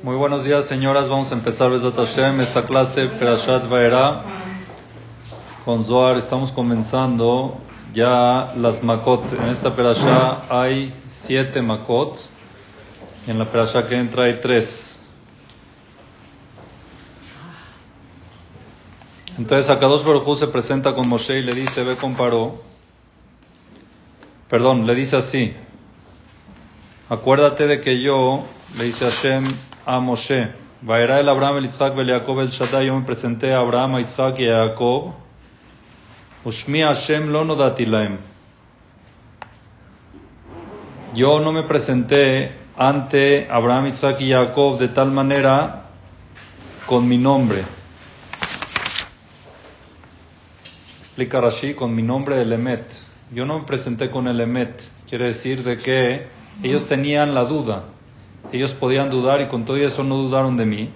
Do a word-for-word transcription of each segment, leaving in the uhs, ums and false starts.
Muy buenos días, señoras. Vamos a empezar Bezat Hashem, esta clase Perashat Vaera con Zohar. Estamos comenzando ya las Makot. En esta Perashá hay siete Makot. En la Perashá que entra hay tres. Entonces Akadosh Baruj Hu se presenta con Moshe y le dice: ve con Paró. Perdón, le dice así: acuérdate de que yo, le dice Hashem a Moshe, Vaera el Abraham, el Yitzhak, el Jacob, el Shaddai, yo me presenté a Abraham, a Yitzhak y a Jacob, Ushmi Hashem lo nodati lahem. Yo no me presenté ante Abraham, Yitzhak y Jacob de tal manera con mi nombre. Explica Rashi, con mi nombre el Emet. Yo no me presenté con el Emet. Quiere decir de que ellos tenían la duda. Ellos podían dudar y con todo eso no dudaron de mí.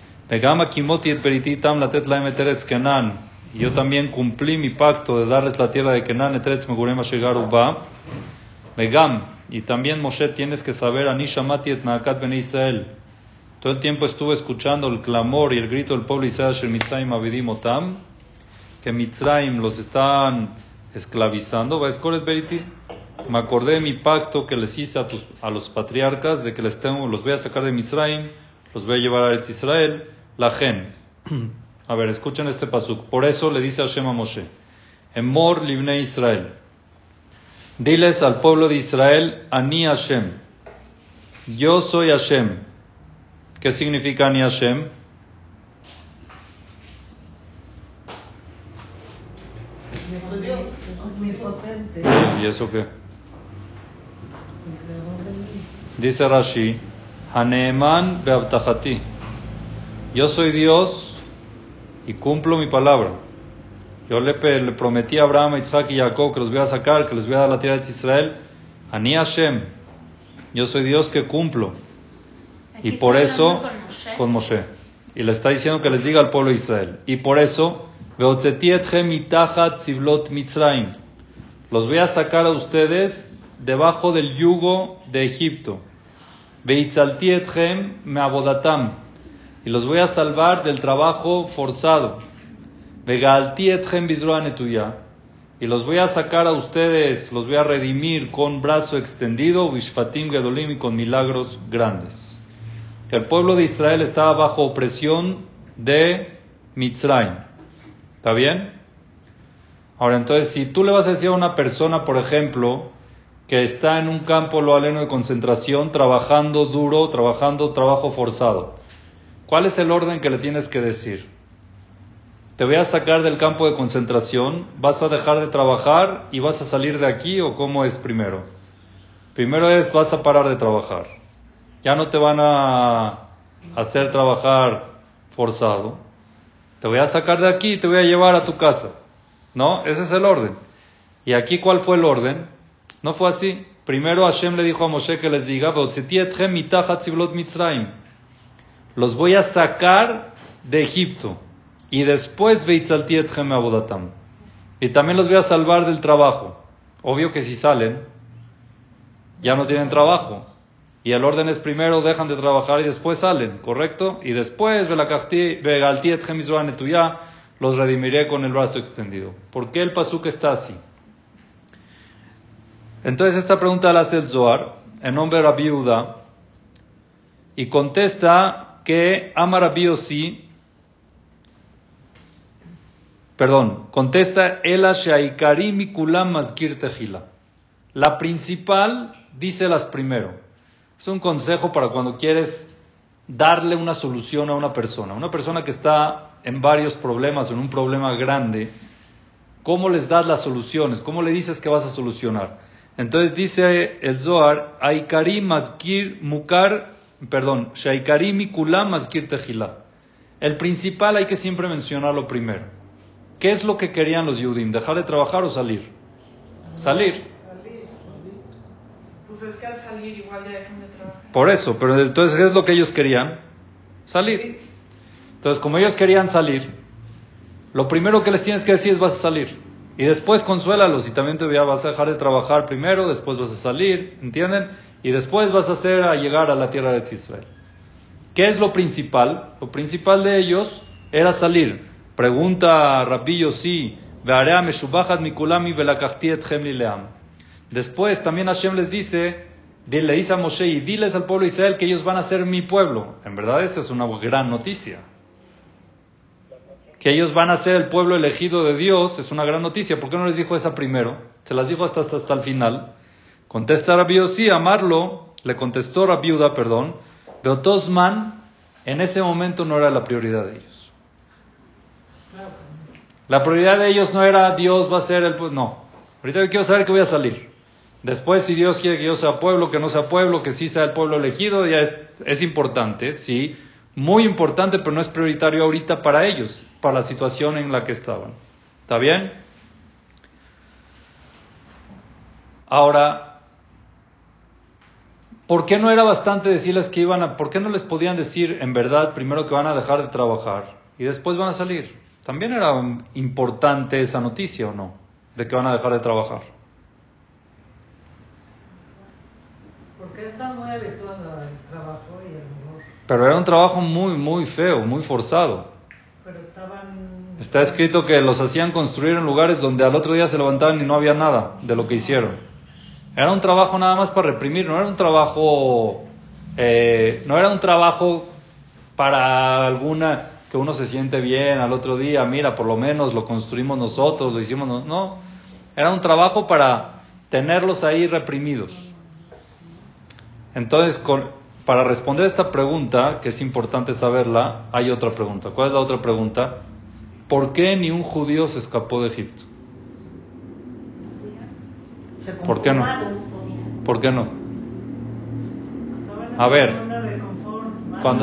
Y yo también cumplí mi pacto de darles la tierra de Kenan. Y también, Moshe, tienes que saber, Ani shamati et naakat bnei Israel. Todo el tiempo estuve escuchando el clamor y el grito del pueblo Israel, Shel Mitzrayim avidim otam, que Mitzrayim los están esclavizando. Me acordé de mi pacto que les hice a, tus, a los patriarcas, de que les tengo, los voy a sacar de Mitzrayim, los voy a llevar a Eretz Israel, la gen. A ver, escuchen este pasuk. Por eso le dice Hashem a Moshe: Emor libnei Israel. Diles al pueblo de Israel: Ani Hashem. Yo soy Hashem. ¿Qué significa Ani Hashem? ¿Y eso qué? Dice Rashi: Haneeman beabtachati. Yo soy Dios y cumplo mi palabra. Yo le, le prometí a Abraham, a Yitzhak y a Jacob que los voy a sacar, que les voy a dar la tierra de Israel. Ani Hashem. Yo soy Dios que cumplo. Y por eso, con Moshe. con Moshe. Y le está diciendo que les diga al pueblo de Israel. Y por eso, veotzeti etchem mitachat zivlot Mitzrayim. Los voy a sacar a ustedes debajo del yugo de Egipto. Veitzalti etchem me'avodatam. Y los voy a salvar del trabajo forzado. Vegalti etchem bizroa netuya. Y los voy a sacar a ustedes, los voy a redimir con brazo extendido, vishfatim gedolim, y con milagros grandes. El pueblo de Israel estaba bajo opresión de Mitzrayim. ¿Está bien? Ahora, entonces, si tú le vas a decir a una persona, por ejemplo, que está en un campo lo aleno de concentración, trabajando duro, trabajando trabajo forzado, ¿cuál es el orden que le tienes que decir? ¿Te voy a sacar del campo de concentración? ¿Vas a dejar de trabajar y vas a salir de aquí? ¿O cómo es primero? Primero es, vas a parar de trabajar. Ya no te van a hacer trabajar forzado. Te voy a sacar de aquí y te voy a llevar a tu casa. ¿No? Ese es el orden. ¿Y aquí cuál fue el orden? No fue así. Primero Hashem le dijo a Moshe que les diga: los voy a sacar de Egipto. Y después y también los voy a salvar del trabajo. Obvio que si salen, ya no tienen trabajo. Y el orden es: primero dejan de trabajar y después salen, ¿correcto? Y después los redimiré con el brazo extendido. ¿Por qué el pasuk está así? Entonces esta pregunta la hace el Zohar en nombre de Rabbi Yehuda y contesta que ama Rabbi Yossi, perdón, contesta Ela she'aikari mikulam mazkir tehila. La principal, díselas primero. Es un consejo para cuando quieres darle una solución a una persona. Una persona que está en varios problemas, en un problema grande, ¿cómo les das las soluciones? ¿Cómo le dices que vas a solucionar? Entonces dice el Zohar: Aikari mazkir mukar, perdón, Shaikari mikulam mazkir tehila. El principal hay que siempre mencionarlo primero. ¿Qué es lo que querían los Yehudim? ¿Dejar de trabajar o salir? Salir. Salir. Pues es que al salir igual ya dejan de trabajar. Por eso, pero entonces, ¿qué es lo que ellos querían? Salir. Entonces, como ellos querían salir, lo primero que les tienes que decir es: vas a salir. Y después consuélalos y también te vas a dejar de trabajar primero, después vas a salir, ¿entienden? Y después vas a hacer a llegar a la tierra de Israel. ¿Qué es lo principal? Lo principal de ellos era salir. Pregunta Rabbi Yossi, Ve'area meshubachat mikulami velakachti etchem lileam. Después también Hashem les dice, le dice a Moshe, y diles al pueblo de Israel que ellos van a ser mi pueblo. En verdad esa es una gran noticia. Que ellos van a ser el pueblo elegido de Dios es una gran noticia. ¿Por qué no les dijo esa primero? Se las dijo hasta, hasta, hasta el final. Contesta Rabbi Yossi, amarlo, le contestó Rabbi Yehuda, perdón, Beotosman, en ese momento no era la prioridad de ellos. La prioridad de ellos no era Dios va a ser el pueblo, no. Ahorita yo quiero saber que voy a salir. Después, si Dios quiere que yo sea pueblo, que no sea pueblo, que sí sea el pueblo elegido, ya es, es importante, sí, muy importante, pero no es prioritario ahorita para ellos, para la situación en la que estaban. ¿Está bien? Ahora, ¿por qué no era bastante decirles que iban a, por qué no les podían decir en verdad primero que van a dejar de trabajar y después van a salir? También era importante esa noticia, ¿o no? De que van a dejar de trabajar. Porque están muy habituados al trabajo y al amor. Pero era un trabajo muy, muy feo, muy forzado. Pero estaban... Está escrito que los hacían construir en lugares donde al otro día se levantaban y no había nada de lo que hicieron. Era un trabajo nada más para reprimir, no era un trabajo, eh, no era un trabajo para alguna, que uno se siente bien al otro día, mira, por lo menos lo construimos nosotros, lo hicimos, no, no. Era un trabajo para tenerlos ahí reprimidos. Entonces, con, para responder esta pregunta, que es importante saberla, hay otra pregunta. ¿Cuál es la otra pregunta? ¿Por qué ni un judío se escapó de Egipto? ¿Por qué no? ¿Por qué no? A ver, cuando...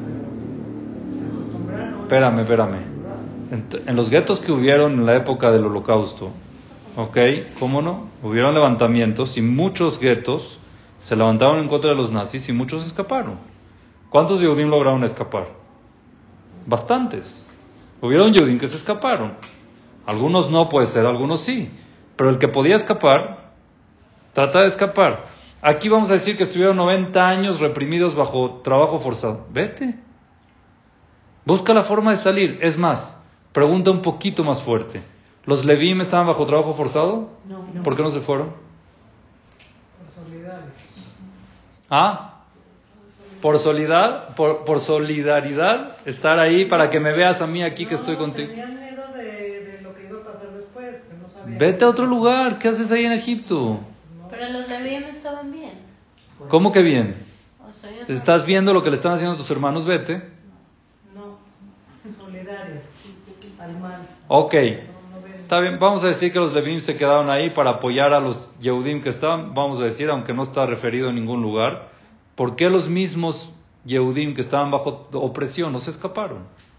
Espérame, espérame. En, en los guetos que hubieron en la época del Holocausto, ¿ok? ¿Cómo no? Hubieron levantamientos y muchos guetos se levantaron en contra de los nazis y muchos escaparon. ¿Cuántos Yehudim lograron escapar? Bastantes. Hubieron Yehudim que se escaparon. Algunos no, puede ser, algunos sí. Pero el que podía escapar, trata de escapar. Aquí vamos a decir que estuvieron noventa años reprimidos bajo trabajo forzado. Vete. Busca la forma de salir. Es más, pregunta un poquito más fuerte. ¿Los Levim estaban bajo trabajo forzado? No, no. ¿Por qué no se fueron? Por solidaridad. ¿Ah? Por solidaridad, por, por solidaridad, estar ahí para que me veas a mí aquí que no, estoy contigo. Tenían miedo de, de lo que iba a pasar después, que no sabían. Vete a otro lugar. ¿Qué haces ahí en Egipto? No. Pero los Levín estaban bien. ¿Cómo que bien? O sea, ellos ¿Estás viendo lo que le están haciendo a tus hermanos? Vete. No, solidarios al mal. Ok. No, no ven. Está bien, vamos a decir que los Levim se quedaron ahí para apoyar a los Yehudim que estaban, vamos a decir, aunque no está referido en ningún lugar. ¿Por qué los mismos Yehudim que estaban bajo opresión no se escaparon?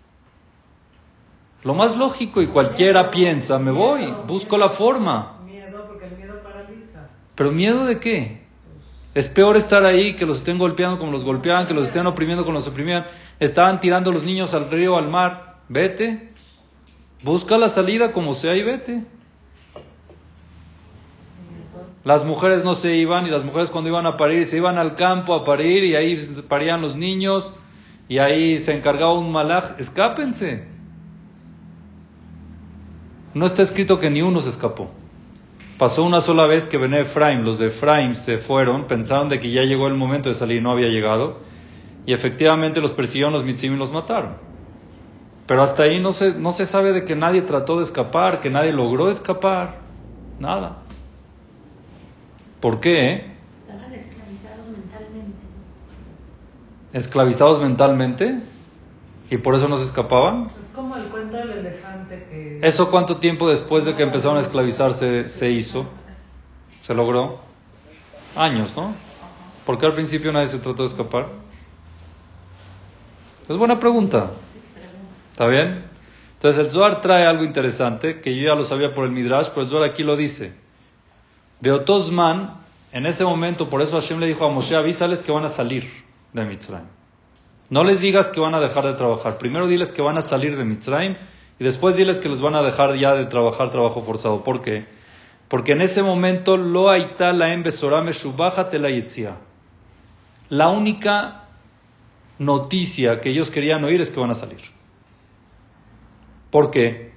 Lo más lógico, y cualquiera piensa, me voy, busco la forma. Miedo, porque el miedo paraliza. ¿Pero miedo de qué? Es peor estar ahí, que los estén golpeando como los golpeaban, que los estén oprimiendo como los oprimían. Estaban tirando a los niños al río, al mar. Vete. Busca la salida como sea y vete. Las mujeres no se iban, y las mujeres cuando iban a parir se iban al campo a parir y ahí parían los niños y ahí se encargaba un malaj. Escápense. No está escrito que ni uno se escapó. Pasó una sola vez que Bené Efraim, los de Efraim se fueron, pensaron de que ya llegó el momento de salir, no había llegado, y efectivamente los persiguieron los mitzim y los mataron. Pero hasta ahí no se, no se sabe de que nadie trató de escapar, que nadie logró escapar, nada. ¿Por qué? estaban esclavizados mentalmente. ¿Esclavizados mentalmente? ¿Y por eso no se escapaban? Es como el cuento del elefante que... ¿Eso cuánto tiempo después de que empezaron a esclavizarse se hizo? ¿Se logró? Años, ¿no? ¿Por qué al principio nadie se trató de escapar? Es buena pregunta. ¿Está bien? Entonces el Zohar trae algo interesante, que yo ya lo sabía por el Midrash, pero el Zohar aquí lo dice. Beotosman, en ese momento, por eso Hashem le dijo a Moshe, avísales que van a salir de Mitzrayim. No les digas que van a dejar de trabajar. Primero diles que van a salir de Mitzrayim y después diles que les van a dejar ya de trabajar trabajo forzado. ¿Por qué? Porque en ese momento lo aitá la embesorá meshubajat el yetzia. La única noticia que ellos querían oír es que van a salir. ¿Por qué?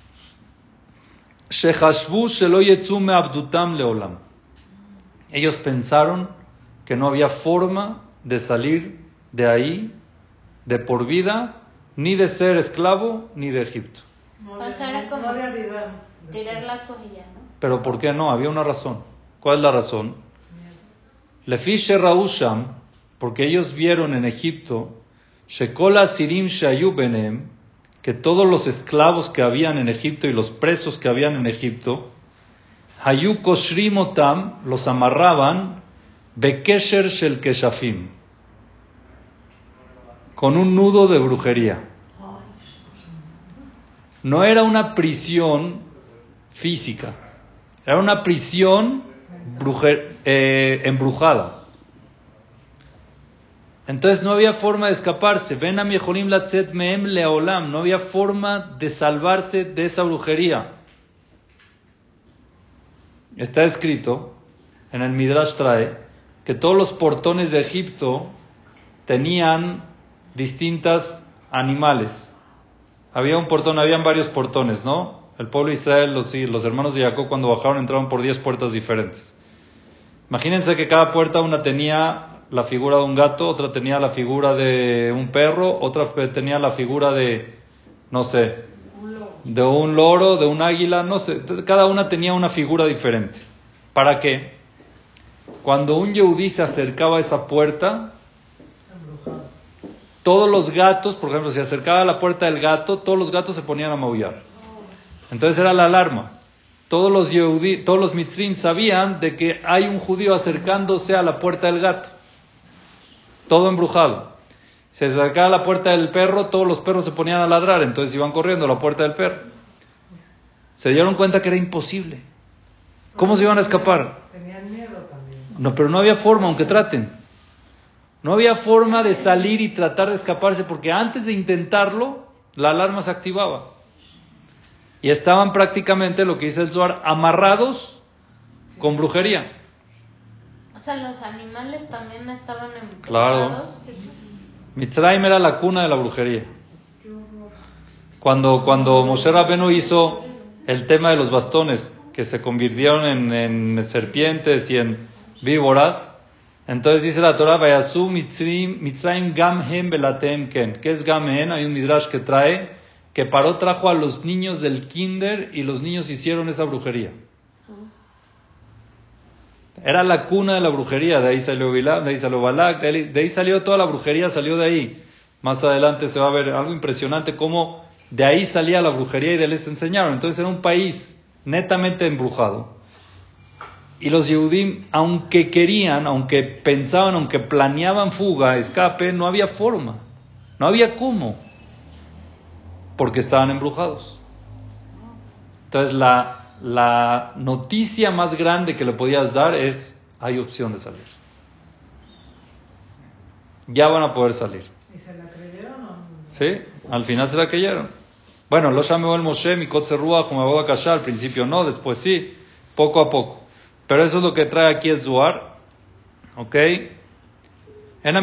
Shehashvu shelo yetzu me'abdutam leolam. Ellos pensaron que no había forma de salir de ahí de por vida, ni de ser esclavo, ni de Egipto. No O había, sea, era no, como no había vida. tirar la toalla, ¿no? Pero ¿por qué no? Había una razón. ¿Cuál es la razón? Lefi shera'u sham, porque ellos vieron en Egipto, shekol asirim shayu benem, que todos los esclavos que habían en Egipto y los presos que habían en Egipto, hayu koshrim otam, los amarraban, bekesher shel keshafim, con un nudo de brujería. No era una prisión física, era una prisión brujer, eh, embrujada. Entonces no había forma de escaparse. Ven a mi Yeholim latzet mehem leolam. No había forma de salvarse de esa brujería. Está escrito en el Midrash trae que todos los portones de Egipto tenían distintos animales. Había un portón, habían varios portones, ¿no? El pueblo de Israel, los, los hermanos de Jacob, cuando bajaron, entraron por diez puertas diferentes. Imagínense que cada puerta, una tenía la figura de un gato, otra tenía la figura de un perro, otra tenía la figura de, no sé, de un loro, de un águila, no sé. Cada una tenía una figura diferente. ¿Para qué? Cuando un yehudí se acercaba a esa puerta, todos los gatos, por ejemplo, si se acercaba a la puerta del gato, todos los gatos se ponían a maullar. Entonces era la alarma. Todos los yehudí, todos los mitzrim sabían de que hay un judío acercándose a la puerta del gato. Todo embrujado. Se acercaba a la puerta del perro, todos los perros se ponían a ladrar, entonces iban corriendo a la puerta del perro. Se dieron cuenta que era imposible. ¿Cómo se iban a escapar? Tenían miedo también. No, pero no había forma, aunque traten. No había forma de salir y tratar de escaparse, porque antes de intentarlo, la alarma se activaba. Y estaban prácticamente, lo que dice el Zohar, amarrados con brujería. O sea, los animales también estaban embrujados. Claro. Mitzrayim era la cuna de la brujería. Cuando, cuando Moshe Rabbeinu hizo el tema de los bastones, que se convirtieron en, en serpientes y en víboras, entonces dice la Torah, Vayasu Mitzrayim, Mitzrayim Gamhem Belatem Ken. ¿Qué es Gamhem? Hay un midrash que trae que Paró trajo a los niños del kinder y los niños hicieron esa brujería. Era la cuna de la brujería, de ahí salió Bilam, de ahí salió Balak, de ahí, de ahí salió toda la brujería, salió de ahí. Más adelante se va a ver algo impresionante, cómo de ahí salía la brujería y de ahí les enseñaron. Entonces era un país netamente embrujado. Y los Yehudim, aunque querían, aunque pensaban, aunque planeaban fuga, escape, no había forma, no había cómo, porque estaban embrujados. Entonces la... La noticia más grande que le podías dar es, hay opción de salir. Ya van a poder salir. ¿Y se la creyeron o no? Sí, al final se la creyeron. Bueno, lo llamó el Moshe, mi kotze ruach, como voy a callar, al principio no, después sí, poco a poco. Pero eso es lo que trae aquí el Zohar. ¿Ok? En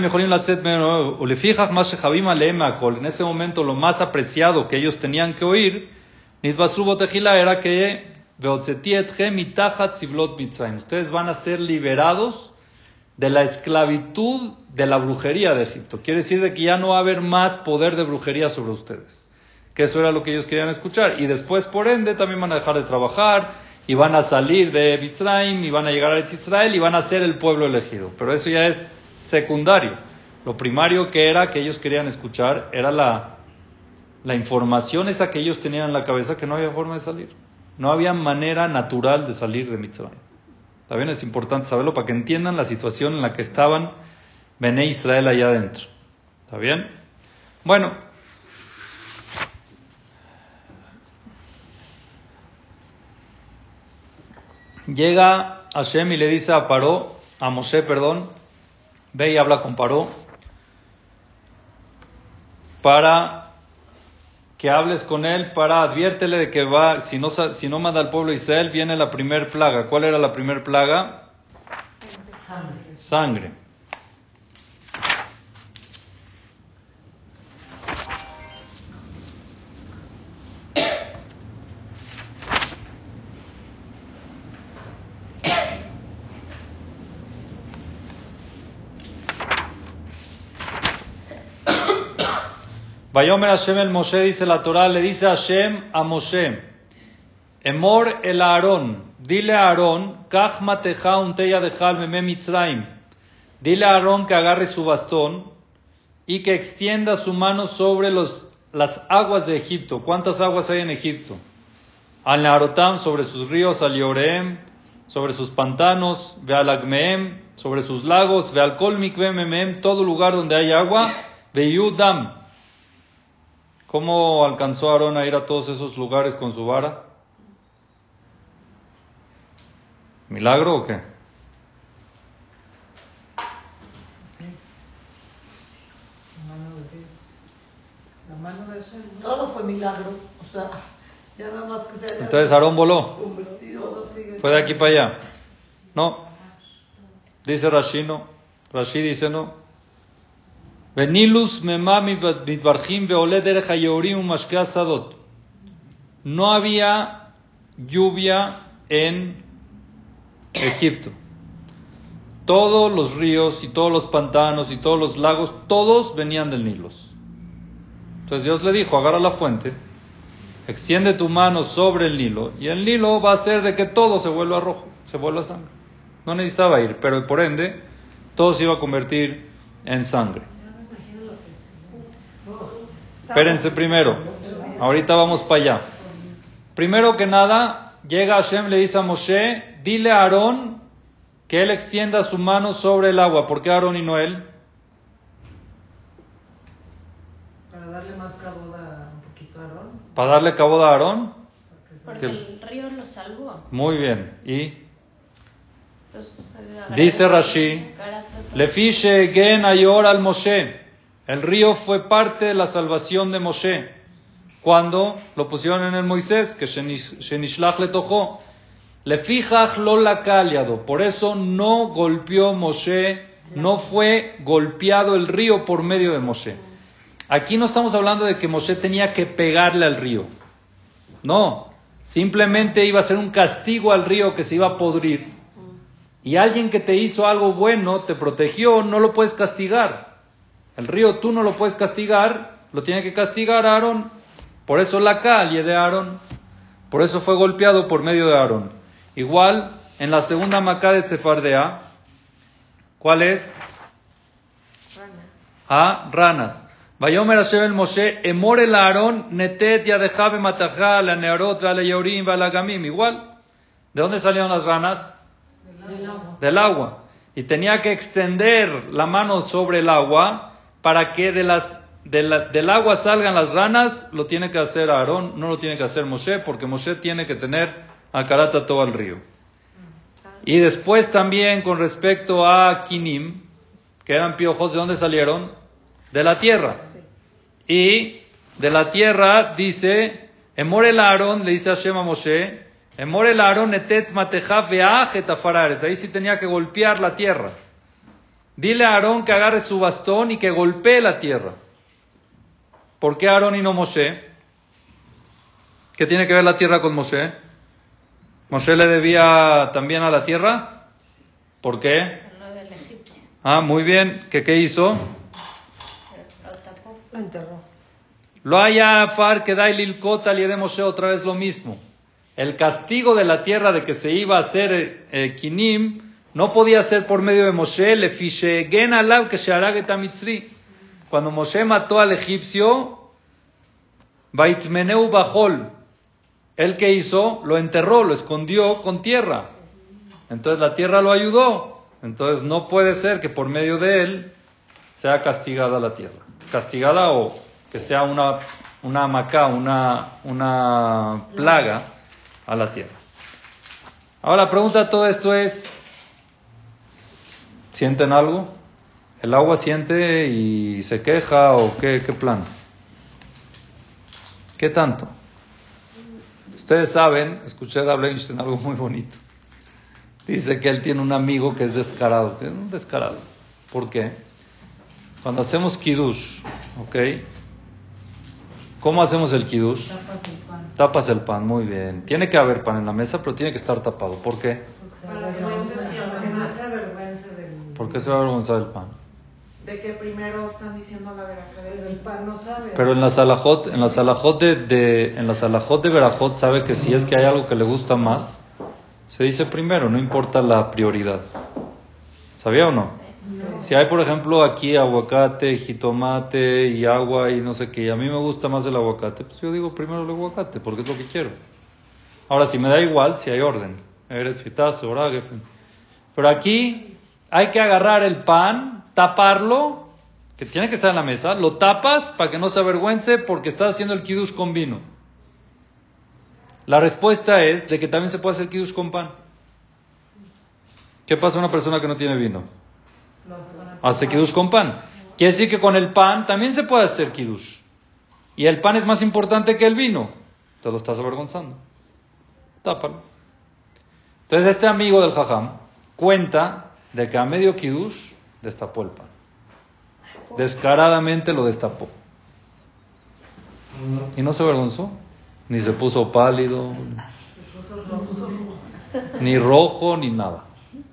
ese momento lo más apreciado que ellos tenían que oír, era que ustedes van a ser liberados de la esclavitud de la brujería de Egipto. Quiere decir de que ya no va a haber más poder de brujería sobre ustedes. Que eso era lo que ellos querían escuchar. Y después, por ende, también van a dejar de trabajar y van a salir de Mitzrayim y van a llegar a Israel y van a ser el pueblo elegido. Pero eso ya es secundario. Lo primario que era que ellos querían escuchar era la, la información esa que ellos tenían en la cabeza, que no había forma de salir. No había manera natural de salir de Mitzrayim. ¿Está bien? Es importante saberlo para que entiendan la situación en la que estaban Bené Israel allá adentro. ¿Está bien? Bueno. Llega Hashem y le dice a Paró, a Moshe, perdón, ve y habla con Paró para que hables con él, para adviértele de que va, si no, si no manda al pueblo de Israel, viene la primer plaga. ¿Cuál era la primer plaga? Sangre. Sangre. Vayomer Hashem el Moshe, dice la Torah, le dice Hashem a Moshe, Emor el Aarón, dile a Aarón, Kach mateja unteya dejal meme Mitzrayim, dile a Aarón que agarre su bastón y que extienda su mano sobre los, las aguas de Egipto. ¿Cuántas aguas hay en Egipto? Al Narotam, sobre sus ríos, al Yoreem, sobre sus pantanos, ve al Agmeem, sobre sus lagos, ve al Kol Mikve Memem, todo lugar donde hay agua, ve Yudam. ¿Cómo alcanzó Aarón a ir a todos esos lugares con su vara? ¿Milagro o qué? Sí. La mano de Dios. La mano de Hashem. Todo fue milagro. O sea, ya nada más que se haya Entonces Aarón voló. convertido. Todo sigue Fue de aquí para allá. No. Dice Rashi no. Rashi dice no. Venilus memami mitbarjim veole derech hayeorim umashke asadot. No había lluvia en Egipto. Todos los ríos y todos los pantanos y todos los lagos, todos venían del Nilo. Entonces Dios le dijo, agarra la fuente, extiende tu mano sobre el Nilo, y el Nilo va a hacer de que todo se vuelva rojo, se vuelva sangre. No necesitaba ir, pero por ende, todo se iba a convertir en sangre. Espérense primero, ahorita vamos para allá. Primero que nada, llega Hashem, le dice a Moshe, dile a Aarón que él extienda su mano sobre el agua. ¿Por qué Aarón y no él? Para darle más caboda un poquito a Aarón. ¿Para darle caboda a Aarón? Porque ¿Qué? el río lo salvó. Muy bien. ¿Y? Entonces, Dice Rashi, Lefi shegen ayor al Moshe. El río fue parte de la salvación de Moshe. Cuando lo pusieron en el Moisés, que shenishlach le tojó. Lefi jach lo la caliado. Por eso no golpeó Moshe, no fue golpeado el río por medio de Moshe. Aquí no estamos hablando de que Moshe tenía que pegarle al río. No, simplemente iba a ser un castigo al río que se iba a podrir. Y alguien que te hizo algo bueno, te protegió, no lo puedes castigar. El río tú no lo puedes castigar, lo tiene que castigar Aarón. Por eso la calle de Aarón. Por eso fue golpeado por medio de Aarón. Igual, en la segunda Macá de Tzefardea, ¿cuál es? A ranas. Vayomer Hashem el Moshe, emor el Aarón, netet yadeja b'matachá, la nearot, la yorim, la gamim. Igual. ¿De dónde salieron las ranas? Del agua. Del agua. Y tenía que extender la mano sobre el agua para que de las, de la, del agua salgan las ranas. Lo tiene que hacer Aarón, no lo tiene que hacer Moshe, porque Moshe tiene que tener akarata todo el río. Y después también con respecto a Kinim, que eran piojos, ¿de dónde salieron? De la tierra. Y de la tierra dice, Emor el Aarón, le dice Hashem a Moshe, Emor el Aarón etet mateja veaj et afarares. Ahí sí tenía que golpear la tierra. Dile a Aarón que agarre su bastón y que golpee la tierra. ¿Por qué Aarón y no Moshe? ¿Qué tiene que ver la tierra con Moshe? ¿Moshe le debía también a la tierra? ¿Por qué? Lo del egipcio. Ah, muy bien. ¿Qué, qué hizo? Lo tapó. Lo enterró. Lo haya far que da el kota de Moshe, otra vez lo mismo. El castigo de la tierra de que se iba a hacer eh, Kinim no podía ser por medio de Moshe. Le fiche gen alav que se hará getamitri. Cuando Moshe mató al egipcio, Vaitmeneu bajol. ¿Él qué hizo? Lo enterró, lo escondió con tierra. Entonces la tierra lo ayudó. Entonces no puede ser que por medio de él sea castigada la tierra. Castigada o que sea una, una macá, una, una plaga a la tierra. Ahora la pregunta de todo esto es, ¿sienten algo? ¿El agua siente y se queja o qué, qué plan? ¿Qué tanto? Ustedes saben, escuché de Abelstein algo muy bonito. Dice que él tiene un amigo que es descarado, que es un descarado. ¿Por qué? Cuando hacemos kiddush, ¿ok? ¿Cómo hacemos el kiddush? Tapas el pan. Tapas el pan, muy bien. Tiene que haber pan en la mesa, pero tiene que estar tapado. ¿Por qué? Para que no se- para que no se avergüence del... ¿Por qué se va a avergonzar el pan? de que primero están diciendo la verajá del el pan no sabe. Pero en las alajot, en las alajot de, de en las alajot de verajot sabe que si es que hay algo que le gusta más, se dice primero, no importa la prioridad. ¿Sabía o no? No. Si hay, por ejemplo, aquí aguacate, jitomate y agua y no sé qué, y a mí me gusta más el aguacate, pues yo digo primero el aguacate, porque es lo que quiero. Ahora, si me da igual, si hay orden. Pero aquí hay que agarrar el pan, taparlo, que tiene que estar en la mesa, lo tapas para que no se avergüence porque estás haciendo el kiddush con vino. La respuesta es de que también se puede hacer kiddush con pan. ¿Qué pasa a una persona que no tiene vino? Hace kiddush con pan. Quiere decir que con el pan también se puede hacer kiddush. Y el pan es más importante que el vino. Te lo estás avergonzando. Tápalo. Entonces este amigo del jajam cuenta de que a medio kiddush destapó el pan. Descaradamente lo destapó. Y no se avergonzó. Ni se puso pálido. Ni rojo, ni nada.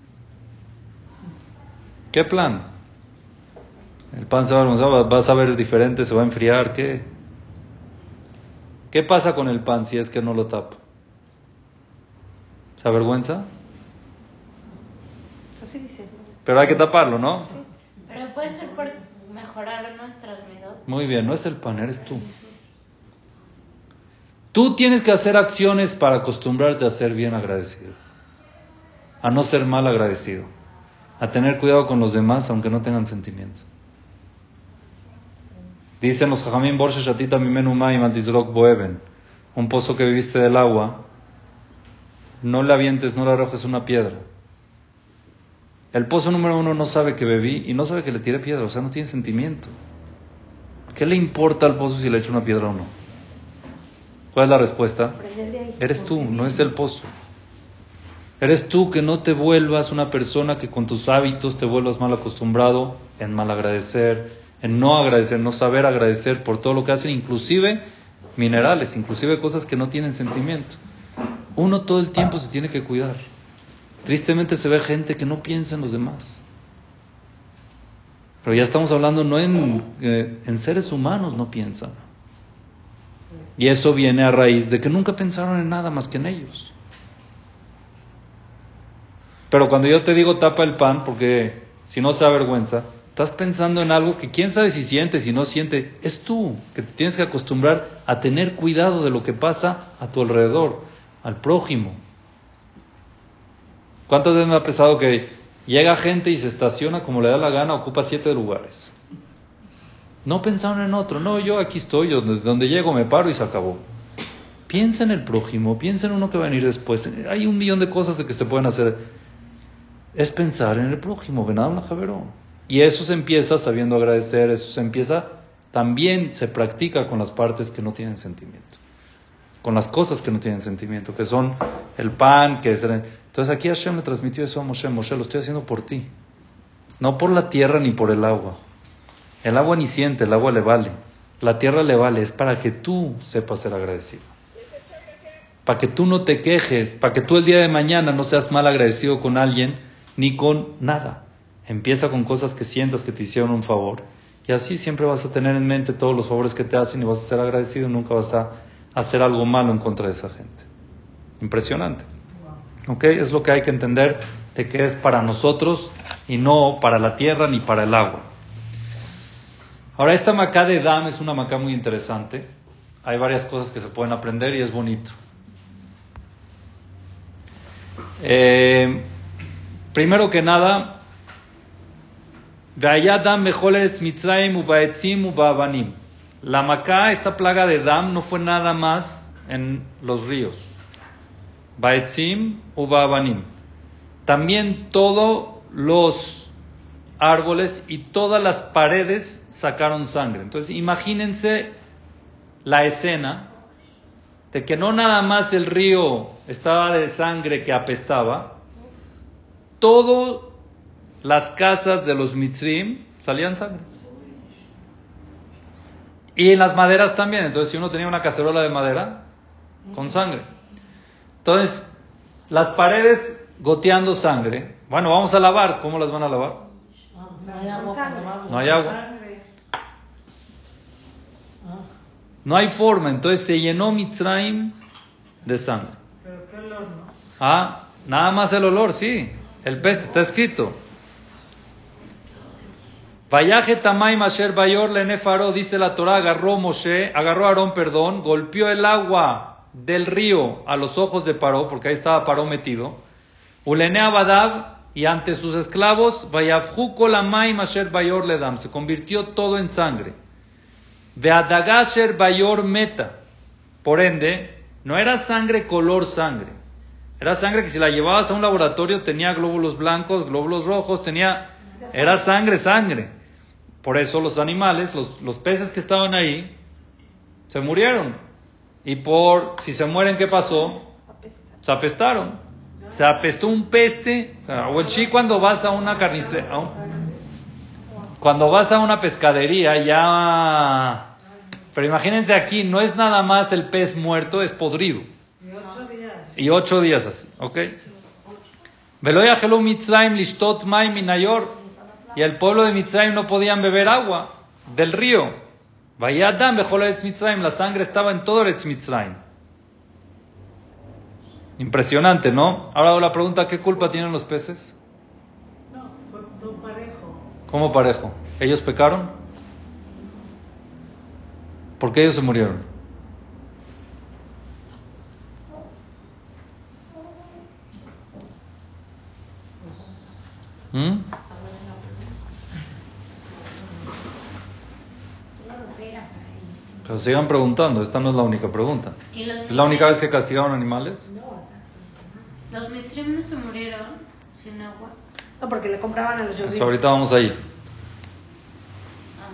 ¿Qué plan? El pan se va a avergonzar, va a saber diferente, se va a enfriar. ¿Qué? ¿Qué pasa con el pan si es que no lo tapa? ¿Se avergüenza? Así dice. Pero hay que taparlo, ¿no? Sí. Pero puede ser por mejorar nuestras midot. Muy bien, no es el pan, eres tú. Tú tienes que hacer acciones para acostumbrarte a ser bien agradecido, a no ser mal agradecido, a tener cuidado con los demás aunque no tengan sentimientos. Dicen los jajamim, Borshe Shatita Mimenu Mayim Al Tizrok Boeben, un pozo que viviste del agua, no le avientes, no le arrojes una piedra. El pozo número uno no sabe que bebí y no sabe que le tiré piedra, o sea, no tiene sentimiento. ¿Qué le importa al pozo si le echo una piedra o no? ¿Cuál es la respuesta? Eres tú, no es el pozo. Eres tú que no te vuelvas una persona que con tus hábitos te vuelvas mal acostumbrado en mal agradecer, en no agradecer, no saber agradecer por todo lo que hacen, inclusive minerales, inclusive cosas que no tienen sentimiento. Uno todo el tiempo se tiene que cuidar. Tristemente se ve gente que no piensa en los demás. Pero ya estamos hablando no en, eh, en seres humanos, no piensan. Y eso viene a raíz de que nunca pensaron en nada más que en ellos. Pero cuando yo te digo tapa el pan, porque si no se avergüenza, estás pensando en algo que quién sabe si siente, si no siente. Es tú, que te tienes que acostumbrar a tener cuidado de lo que pasa a tu alrededor, al prójimo. ¿Cuántas veces me ha pasado que llega gente y se estaciona como le da la gana, ocupa siete lugares? No pensaron en otro. No, yo aquí estoy, yo donde llego me paro y se acabó. Piensa en el prójimo, piensa en uno que va a venir después. Hay un millón de cosas de que se pueden hacer. Es pensar en el prójimo, Benadam Javero. Y eso se empieza sabiendo agradecer, eso se empieza, también se practica con las partes que no tienen sentimiento. Con las cosas que no tienen sentimiento, que son el pan, que es... Entonces aquí Hashem le transmitió eso a Moshe. Moshe, lo estoy haciendo por ti. No por la tierra ni por el agua. El agua ni siente, el agua le vale. La tierra le vale, es para que tú sepas ser agradecido. Para que tú no te quejes, para que tú el día de mañana no seas mal agradecido con alguien, ni con nada. Empieza con cosas que sientas que te hicieron un favor. Y así siempre vas a tener en mente todos los favores que te hacen y vas a ser agradecido y nunca vas a hacer algo malo en contra de esa gente. Impresionante. ¿Ok? Es lo que hay que entender de que es para nosotros y no para la tierra ni para el agua. Ahora, esta macá de Dam es una macá muy interesante. Hay varias cosas que se pueden aprender y es bonito. Eh, primero que nada, la macá, esta plaga de Dam, no fue nada más en los ríos. Baetzim u Baabanim. También todos los árboles y todas las paredes sacaron sangre. Entonces, imagínense la escena de que no nada más el río estaba de sangre que apestaba, todas las casas de los Mitzrim salían sangre. Y en las maderas también. Entonces, si uno tenía una cacerola de madera con sangre. Entonces, las paredes goteando sangre. Bueno, vamos a lavar. ¿Cómo las van a lavar? No hay agua. Sangre. Ah, No hay forma. Entonces se llenó Mitzrayim de sangre. Pero qué olor, ¿no? Ah, nada más el olor, sí. El pez está escrito. Vayaje Tamaim Asher Bayor Lene Faro, dice la Torah, agarró Moshe, agarró a Aarón, perdón, golpeó el agua del río a los ojos de Paró, porque ahí estaba Paró metido. Ulene Abadav, y ante sus esclavos, Vayafhu Kolamaim Asher Bayor Ledam, se convirtió todo en sangre. Veadagasher Bayor Meta, por ende, no era sangre color sangre, era sangre que si la llevabas a un laboratorio tenía glóbulos blancos, glóbulos rojos, tenía, era sangre, sangre. Por eso los animales, los, los peces que estaban ahí, se murieron. Y por, si se mueren, ¿qué pasó? Se apestaron. Se apestó un peste. O el chi cuando vas a una carnicería, un, cuando vas a una pescadería, ya... Pero imagínense aquí, no es nada más el pez muerto, es podrido. Y ocho días. Y ocho días así, ¿ok? Veloy Ajelu Mitzrayim lishtot maim minayor. Y el pueblo de Mitzrayim no podían beber agua del río. Vayadam bechol eretz Mitzrayim, la sangre estaba en todo eretz Mitzrayim. Impresionante, ¿no? Ahora la pregunta, ¿qué culpa tienen los peces? No, fue todo parejo. ¿Cómo parejo? ¿Ellos pecaron? ¿Por qué ellos se murieron? ¿Mm? Pero sigan preguntando, esta no es la única pregunta. ¿Y los ¿Es la única vez que castigaron animales? Los Mitzrim no se murieron sin agua. no, porque le compraban a los Eso judíos. ahorita vamos ahí. Ah.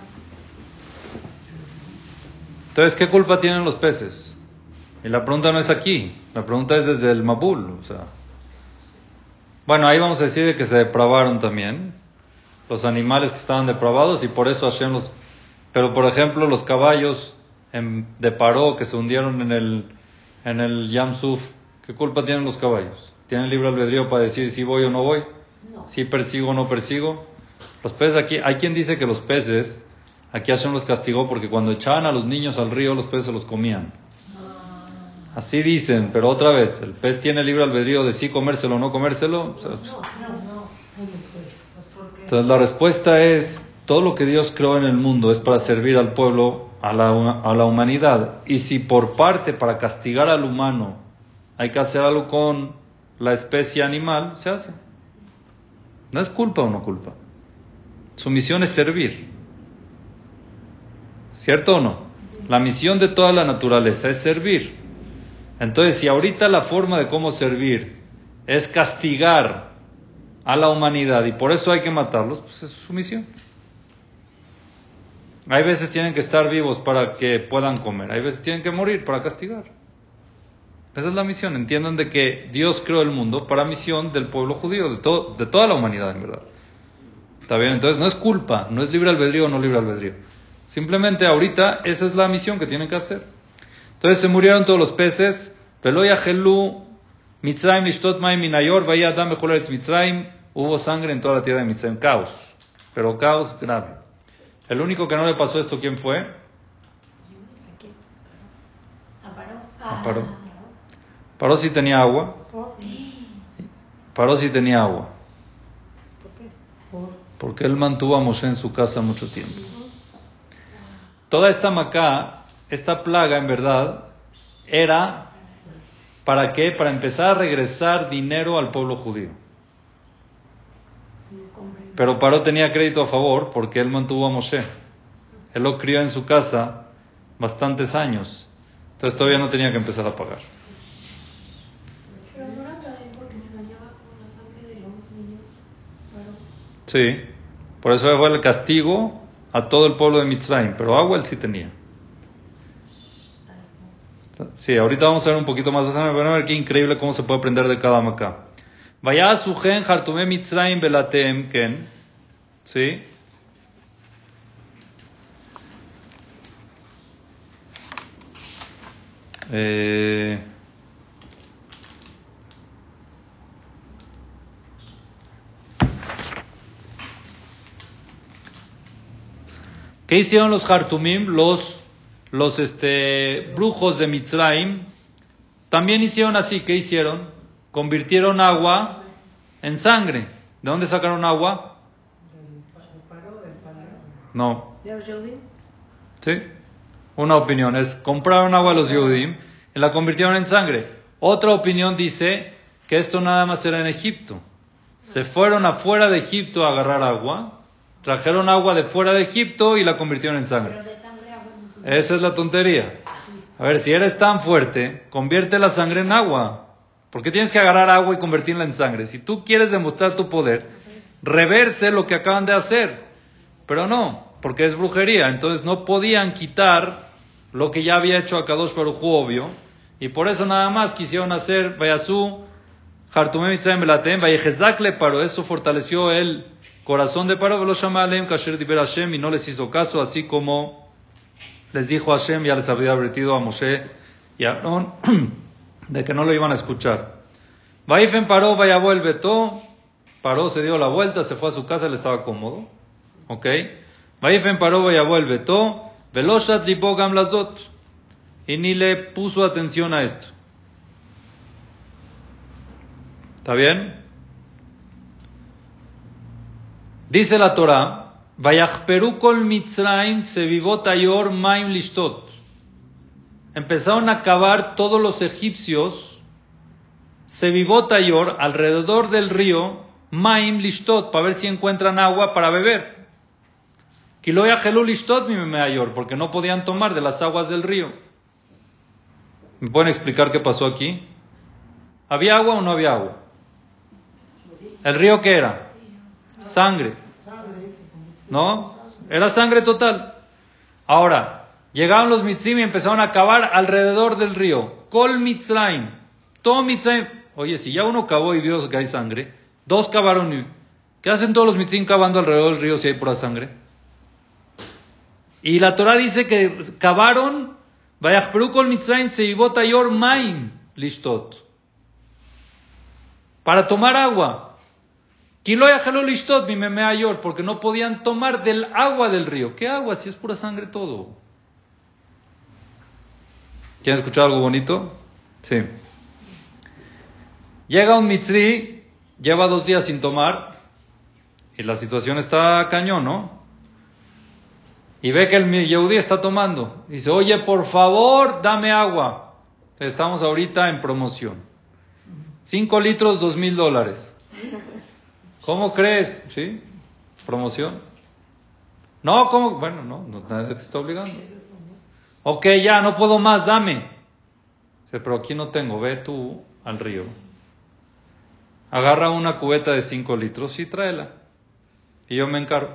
Entonces, ¿qué culpa tienen los peces? Y la pregunta no es aquí, la pregunta es desde el Mabul. O sea, bueno, ahí vamos a decir de que se depravaron también los animales que estaban depravados y por eso Hashem los... Pero por ejemplo, los caballos en, de Paró que se hundieron en el, en el Yam Suf, ¿qué culpa tienen los caballos? ¿Tienen libre albedrío para decir si voy o no voy? No. ¿Si persigo o no persigo? Los peces aquí, hay quien dice que los peces, aquí Hashem los castigó porque cuando echaban a los niños al río, los peces se los comían. Así dicen, pero otra vez, ¿el pez tiene libre albedrío de sí comérselo o no comérselo? O sea, No, no, no. Pues, ¿por qué? entonces la respuesta es, todo lo que Dios creó en el mundo es para servir al pueblo, a la, a la humanidad. Y si por parte, para castigar al humano, hay que hacer algo con la especie animal, se hace. No es culpa o no culpa. Su misión es servir. ¿Cierto o no? La misión de toda la naturaleza es servir. Entonces, si ahorita la forma de cómo servir es castigar a la humanidad y por eso hay que matarlos, pues es su misión. Hay veces tienen que estar vivos para que puedan comer, hay veces tienen que morir para castigar. Esa es la misión. Entiendan de que Dios creó el mundo para misión del pueblo judío, de, todo, de toda la humanidad en verdad. ¿Está bien? Entonces no es culpa, no es libre albedrío o no libre albedrío. Simplemente ahorita esa es la misión que tienen que hacer. Entonces se murieron todos los peces. Mitzrayim lishtot maim minayor, vaya Adam bechol eretz Mitzrayim. Hubo sangre en toda la tierra de Mitzrayim. Caos. Pero caos grave. El único que no le pasó esto, ¿quién fue? A Paró. Paró sí tenía agua. Paró sí tenía agua. ¿Por qué? Por... Porque él mantuvo a Moshe en su casa mucho tiempo. Toda esta macá, esta plaga en verdad, era ¿para qué? Para empezar a regresar dinero al pueblo judío. Pero Paró tenía crédito a favor porque él mantuvo a Moshe. Él lo crió en su casa bastantes años. Entonces todavía no tenía que empezar a pagar. Pero no era también porque se bañaba con la sangre de los niños. Claro. Sí, por eso fue el castigo a todo el pueblo de Mitzrayim, pero agua él sí tenía. Sí, ahorita vamos a ver un poquito más. Van a ver qué increíble cómo se puede aprender de cada macá. Vaya a su gen, hartume Mitzrayim belatem ken. ¿Sí? Eh... ¿Qué hicieron los Hartumim, los, los este, brujos de Mitzrayim? También hicieron así. ¿Qué hicieron? Convirtieron agua en sangre. ¿De dónde sacaron agua? No. ¿De los Yehudim? ¿Sí? Una opinión es, compraron agua a los Yehudim y la convirtieron en sangre. Otra opinión dice que esto nada más era en Egipto. Se fueron afuera de Egipto a agarrar agua, trajeron agua de fuera de Egipto y la convirtieron en sangre. Esa es la tontería. A ver, si eres tan fuerte, convierte la sangre en agua. ¿Por qué tienes que agarrar agua y convertirla en sangre? Si tú quieres demostrar tu poder, reverse lo que acaban de hacer. Pero no, porque es brujería. Entonces no podían quitar lo que ya había hecho Akadosh Baruj Hu, obvio. Y por eso nada más quisieron hacer Vayasú, Hartumim Mitzrayim Belatem, Vayehezak le Paró. Eso fortaleció el corazón de Paró, Velo Shama Aleim Kasher Diber Hashem, y no les hizo caso, así como les dijo Hashem, ya les había advertido a Moshe y a Aarón de que no lo iban a escuchar. Vaifen Paró, Vayabó el Betó. Paró, se dio la vuelta, se fue a su casa, le estaba cómodo. ¿Ok? Vaifen Paró, Vayabó el Betó. Veloshat Libo Gam Lazot. Y ni le puso atención a esto. ¿Está bien? Dice la Torah, Vayachperu kol Mitzrayim sevivot ayor maim lishtot. Empezaron a acabar todos los egipcios sevivot ayor, alrededor del río, maim lishtot, para ver si encuentran agua para beber. Kiloya Helú lishtot mi meayor, porque no podían tomar de las aguas del río. ¿Me pueden explicar qué pasó aquí? ¿Había agua o no había agua? ¿El río qué era? Sangre. ¿No? Era sangre total. Ahora, llegaron los Mitzrim y empezaron a cavar alrededor del río. Kol Mitzrayim. Todo Mitzrayim. Oye, si ya uno cavó y vio que hay sangre, dos cavaron y... ¿Qué hacen todos los Mitzrim cavando alrededor del río si hay pura sangre? Y la Torah dice que cavaron, Vayachperu kol Mitzrayim seivot ayor maim lishtot, para tomar agua. Kilo yajaló lishtot mi meme ayor, porque no podían tomar del agua del río. ¿Qué agua? Si es pura sangre todo. ¿Quieren escuchar algo bonito? Sí. Llega un Mitzri, lleva dos días sin tomar, y la situación está cañón, ¿no? Y ve que el Yehudí está tomando. Dice, oye, por favor, dame agua. Estamos ahorita en promoción. Cinco litros, dos mil dólares. ¿Cómo crees? ¿Sí? ¿Promoción? No, ¿cómo? Bueno, no, no nadie te está obligando. Ok, ya, no puedo más, dame. Dice, pero aquí no tengo, ve tú al río. Agarra una cubeta de cinco litros y tráela. Y yo me encargo.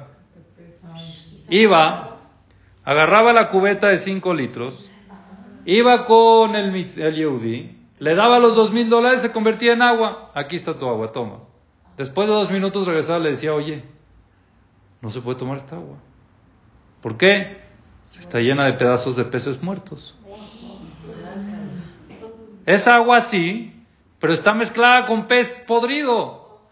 Iba, agarraba la cubeta de cinco litros, iba con el, el Yehudí, le daba los dos mil dólares, se convertía en agua. Aquí está tu agua, toma. Después de dos minutos regresaba y le decía, oye, no se puede tomar esta agua. ¿Por qué? Está llena de pedazos de peces muertos. Es agua sí, pero está mezclada con pez podrido.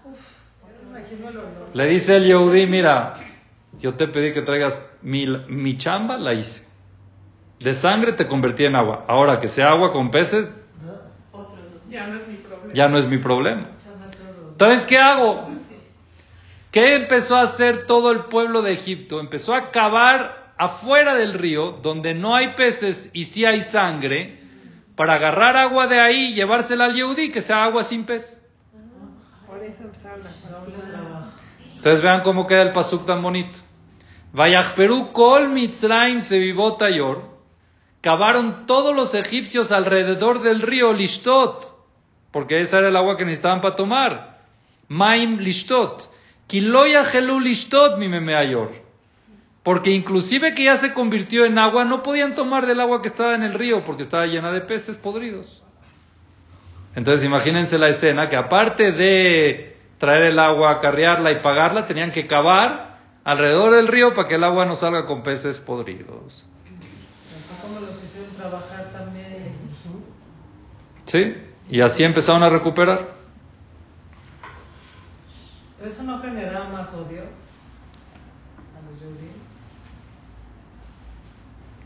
Le dice el Yehudí, mira, yo te pedí que traigas mi, mi chamba, la hice. De sangre te convertí en agua. Ahora que sea agua con peces, Ya no es mi problema. ya no es mi problema. Entonces, ¿qué hago? ¿Qué empezó a hacer todo el pueblo de Egipto? Empezó a cavar afuera del río, donde no hay peces y sí hay sangre, para agarrar agua de ahí y llevársela al Yehudí, que sea agua sin pez. Por eso empezaron a Entonces vean cómo queda el pasuk tan bonito. Vayachperu kol Mitzrayim sevivot ayor. Cavaron todos los egipcios alrededor del río Lishtot, porque esa era el agua que necesitaban para tomar. Maim Lishtot. Kilo yachelu Lishtot mi meme ayor. Porque inclusive que ya se convirtió en agua, no podían tomar del agua que estaba en el río, porque estaba llena de peces podridos. Entonces imagínense la escena, que aparte de traer el agua, acarrearla y pagarla, tenían que cavar alrededor del río para que el agua no salga con peces podridos. ¿Cómo los hicieron trabajar también? Sí, y así empezaron a recuperar. ¿Eso no generaba más odio a los judíos?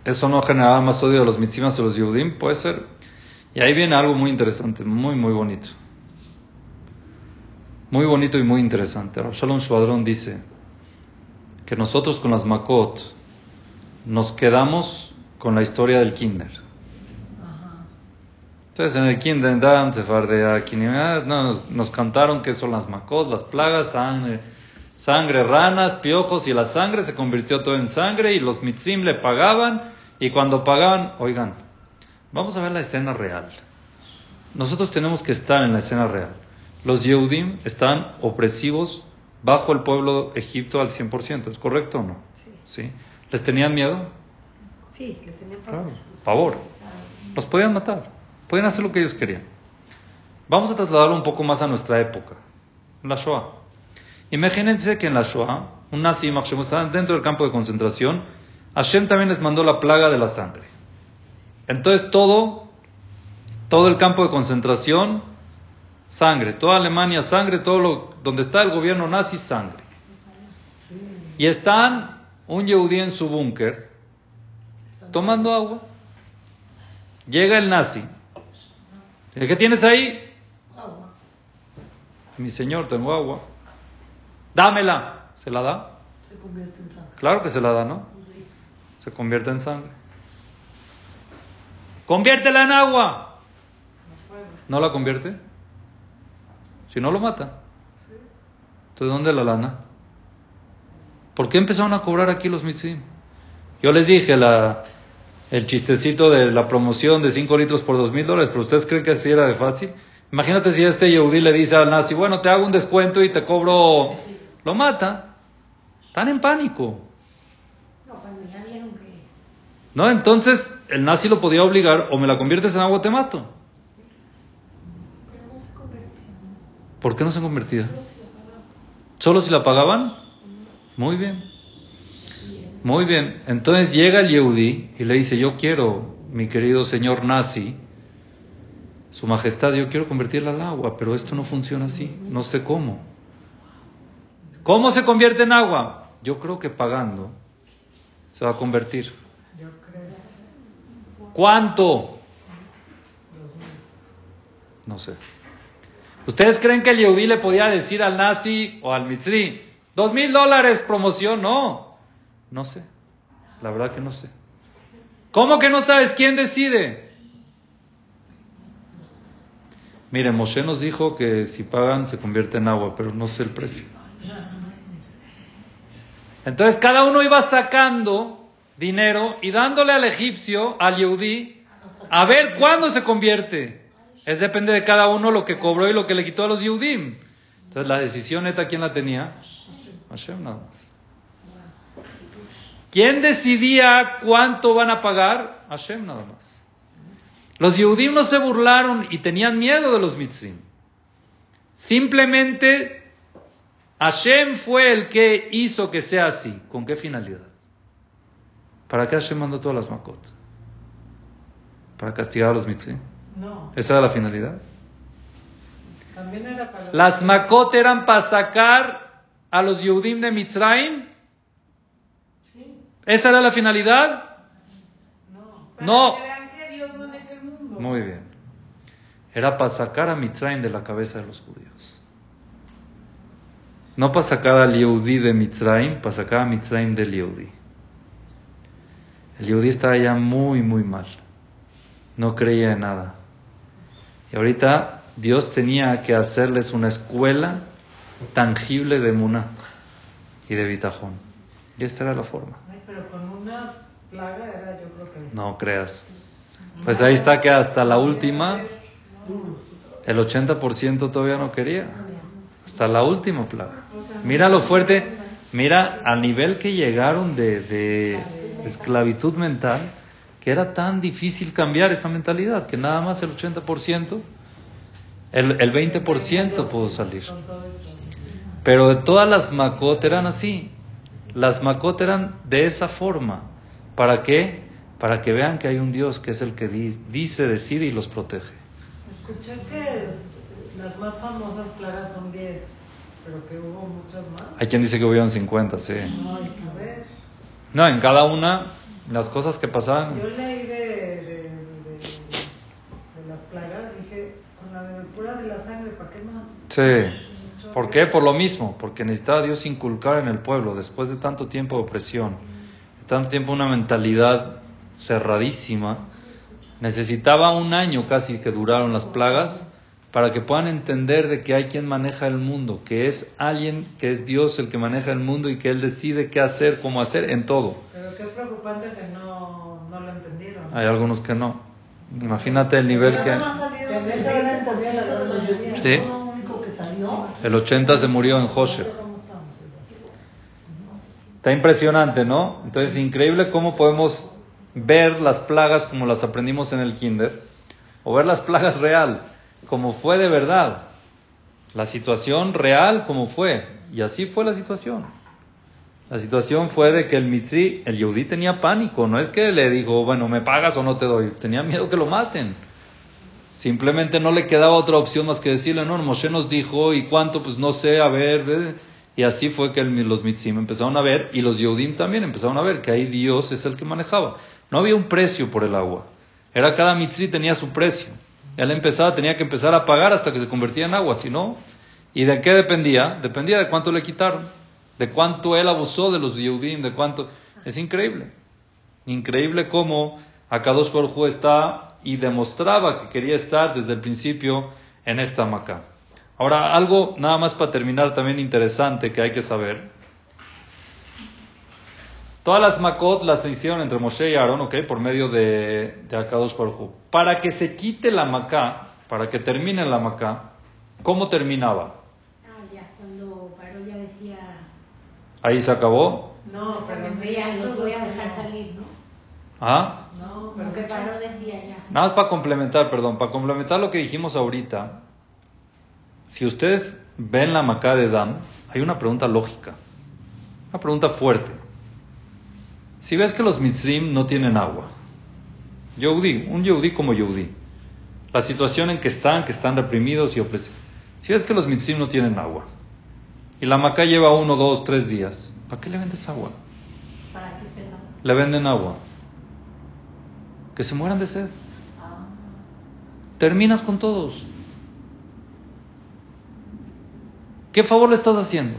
eso no generaba más odio a los mitzvim hacia los Yehudim, puede ser. Y ahí viene algo muy interesante, muy, muy bonito. Muy bonito y muy interesante. Rav Shalom Shvadron dice que nosotros con las Makot nos quedamos con la historia del kinder. Ajá. Entonces en el kinder, Dan, Sefardea, Kinimá, no, nos, nos cantaron qué son las Makot, las plagas, sangre, sangre, ranas, piojos, y la sangre se convirtió todo en sangre, y los mitzim le pagaban, y cuando pagaban, oigan, vamos a ver la escena real. Nosotros tenemos que estar en la escena real. Los Yehudim están opresivos bajo el pueblo Egipto al cien por ciento, ¿es correcto o no? Sí. ¿Sí? ¿Les tenían miedo? Sí, les tenían pavor. Claro, pavor. Los podían matar, podían hacer lo que ellos querían. Vamos a trasladarlo un poco más a nuestra época, en la Shoah. Imagínense que en la Shoah, un nazi, estaban dentro del campo de concentración, Hashem también les mandó la plaga de la sangre. Entonces todo, todo el campo de concentración, sangre, toda Alemania, sangre, todo lo, donde está el gobierno nazi, sangre. Y están un yehudí en su búnker, tomando agua. Llega el nazi. ¿El que tienes ahí? Agua. Mi señor, tengo agua. Dámela. ¿Se la da? Se convierte en sangre. Claro que se la da, ¿no? Sí. Se convierte en sangre. Conviértela en agua. ¿No la convierte? Si no, lo mata. Entonces, ¿dónde la lana? ¿Por qué empezaron a cobrar aquí los mitzvim? Yo les dije la, el chistecito de la promoción de cinco litros por dos mil dólares, pero ¿ustedes creen que así era de fácil? Imagínate si este yehudí le dice al nazi, bueno, te hago un descuento y te cobro... Lo mata. Están en pánico. No, cuando ya vieron que... ¿No? Entonces, el nazi lo podía obligar, o me la conviertes en agua o te mato. Pero no se convertía. ¿Por qué no se convertía? ¿Solo si la pagaban? Muy bien. Muy bien. Entonces llega el yehudí y le dice, yo quiero, mi querido señor nazi, su majestad, yo quiero convertirla al agua, pero esto no funciona así. No sé cómo. ¿Cómo se convierte en agua? Yo creo que pagando se va a convertir. Yo creo. ¿Cuánto? No sé. ¿Ustedes creen que el yehudí le podía decir al nazi o al mitzri, dos mil dólares promoción? No. No sé. La verdad que no sé. ¿Cómo que no sabes? ¿Quién decide? Mire, Moshe nos dijo que si pagan se convierte en agua, pero no sé el precio. Entonces cada uno iba sacando dinero y dándole al egipcio, al yehudí, a ver cuándo se convierte. Es depende de cada uno lo que cobró y lo que le quitó a los yehudim. Entonces la decisión neta, ¿quién la tenía? Hashem nada más. ¿Quién decidía cuánto van a pagar? Hashem nada más. Los yehudim no se burlaron y tenían miedo de los mitzvim. Simplemente Hashem fue el que hizo que sea así. ¿Con qué finalidad? ¿Para qué Hashem mandó todas las makot? ¿Para castigar a los mitzvim? No. ¿Esa era la finalidad? También era para... Las makot eran para sacar a los yehudim de Mitzrayim. Sí. ¿Esa era la finalidad? No. No. Para que vean que Dios maneja el mundo. Muy bien. Era para sacar a Mitzrayim de la cabeza de los judíos. No para sacar al Yehudí de Mitzrayim, para sacar a Mitzrayim del Yehudí. El Yehudí estaba ya muy, muy mal. No creía en nada. Y ahorita Dios tenía que hacerles una escuela tangible de Emuná y de Bitajón. Y esta era la forma. Ay, pero con una plaga era, yo creo que... No creas. Pues ahí está que hasta la última, el ochenta por ciento todavía no quería. Hasta la última plaga. Mira lo fuerte, mira al nivel que llegaron de, de esclavitud mental, que era tan difícil cambiar esa mentalidad, que nada más el ochenta por ciento, el, el veinte por ciento pudo salir. Pero de todas las makot eran así. Las makot eran de esa forma. ¿Para qué? Para que vean que hay un Dios que es el que di, dice, decide y los protege. Escuché que las más famosas plagas son diez, pero que hubo muchas más. Hay quien dice que hubieron cincuenta, sí. No, hay que ver. No, en cada una las cosas que pasaban. Yo leí de, de, de, de, de las plagas, dije, con la bebedura de la sangre, ¿para qué más? Sí. ¿Por qué? Por lo mismo, porque necesitaba Dios inculcar en el pueblo, después de tanto tiempo de opresión, de tanto tiempo una mentalidad cerradísima, necesitaba un año casi que duraron las plagas, para que puedan entender de que hay quien maneja el mundo, que es alguien, que es Dios el que maneja el mundo y que Él decide qué hacer, cómo hacer, en todo. Pero qué preocupante que no, no lo entendieron. Hay algunos que no. Imagínate el nivel que... Sí. El ochenta se murió en Josher. Está impresionante, ¿no? Entonces, increíble cómo podemos ver las plagas como las aprendimos en el kinder, o ver las plagas real, como fue de verdad. La situación real como fue. Y así fue la situación. La situación fue de que el Mitzri, el Yehudí tenía pánico. No es que le dijo, bueno, ¿me pagas o no te doy? Tenía miedo que lo maten. Simplemente no le quedaba otra opción más que decirle, no, Moshe nos dijo, ¿y cuánto? Pues no sé, a ver. ¿eh? Y así fue que el, los Mitzrim empezaron a ver, y los Yehudim también empezaron a ver que ahí Dios es el que manejaba. No había un precio por el agua. Era cada Mitzri tenía su precio. Él empezaba, tenía que empezar a pagar hasta que se convertía en agua, si no. ¿Y de qué dependía? Dependía de cuánto le quitaron, de cuánto él abusó de los Yehudim, de cuánto. Es increíble. Increíble cómo Akadosh Baruj Hu está y demostraba que quería estar desde el principio en esta Macá. Ahora, algo nada más para terminar también interesante que hay que saber. Todas las Makot las hicieron entre Moshe y Aarón, ¿ok? Por medio de, de Akadosh Baruj Hu. Para que se quite la Macá, para que termine la Macá, ¿cómo terminaba? Ah, ya, cuando Paró ya decía... ¿Ahí se acabó? No, pero también veía, los voy a dejar salir, ¿no? ¿Ah? No, Como pero que Paró decía ya. Nada más para complementar, perdón, para complementar lo que dijimos ahorita. Si ustedes ven la Macá de Dan, hay una pregunta lógica, una pregunta fuerte. Si ves que los Mitzrim no tienen agua, Yehudí, un Yehudí como Yehudí, la situación en que están, que están reprimidos y oprimidos, si ves que los Mitzrim no tienen agua, y la Macá lleva uno, dos, tres días, ¿para qué le vendes agua? ¿Para qué, perdón? Le venden agua. Que se mueran de sed. Ah. Terminas con todos. ¿Qué favor le estás haciendo?